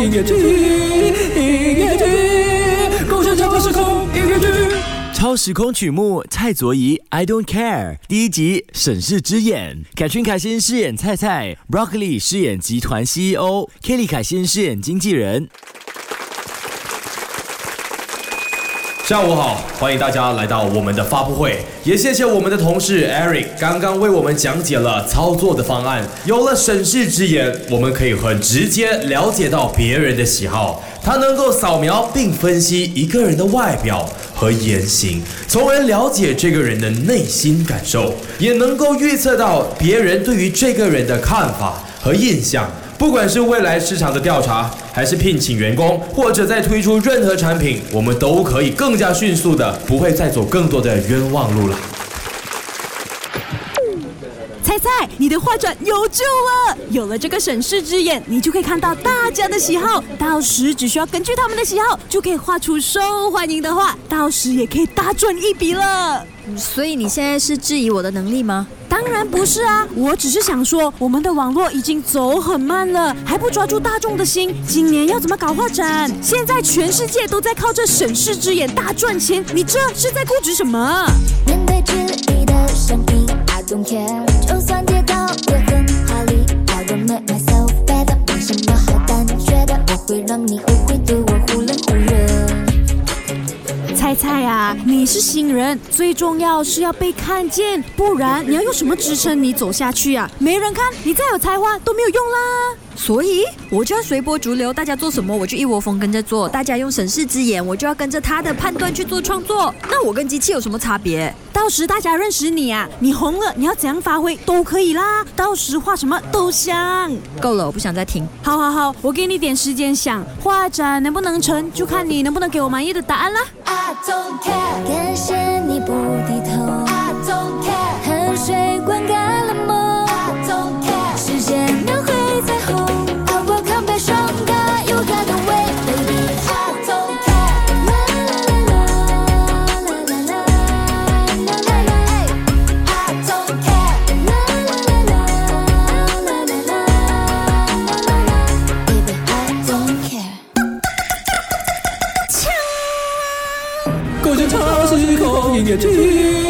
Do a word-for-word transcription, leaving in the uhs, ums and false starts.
音乐剧，音乐剧，共享超时空音乐剧。 超时空曲目蔡卓宜 I Don't Care 第一集沈氏之眼，凯旋凯欣饰演蔡蔡 ，Broccoli 饰演集团 C E O，Kelly 凯欣饰演经纪人。 下午好，欢迎大家来到我们的发布会，也谢谢我们的同事 Eric 刚刚为我们讲解了操作的方案。有了审视之眼，我们可以很直接了解到别人的喜好，它能够扫描并分析一个人的外表和言行，从而了解这个人的内心感受，也能够预测到别人对于这个人的看法和印象。不管是未来市场的调查，还是聘请员工，或者在推出任何产品，我们都可以更加迅速的，不会再走更多的冤枉路了。 猜猜，你的画展有救了！有了这个审视之眼，你就可以看到大家的喜好，到时只需要根据他们的喜好，就可以画出受欢迎的画，到时也可以大赚一笔了。 所以你现在是质疑我的能力吗？ 当然不是啊，我只是想说，我们的网络已经走很慢了，还不抓住大众的心，今年要怎么搞画展？现在全世界都在靠这审视之眼大赚钱，你这是在固执什么？ 面对质疑的声音 I don't care， 就算跌倒也很华丽 I don't make myself better， 没什么好胆怯的，我会让你误会对我忽冷忽热。 猜猜啊，你是新人，最重要是要被看见，不然你要用什么支撑你走下去啊？没人看，你再有才华都没有用啦。 所以我就要随波逐流，大家做什么我就一窝蜂跟着做，大家用审视之眼，我就要跟着他的判断去做创作。那我跟机器有什么差别？ 到时大家认识你啊，你红了，你要怎样发挥都可以啦，到时画什么都香。 够了，我不想再听。 好好好，我给你点时间想，画展能不能成，就看你能不能给我满意的答案啦。 I don't care， 感谢你不低头 I don't care， 河水灌溉了梦 I don't care， 时间描绘彩虹 I will come back stronger， You got the way baby I don't care， la la la la la la la la I don't care， la la la la la la la la baby I don't care。 共享超时空音乐剧。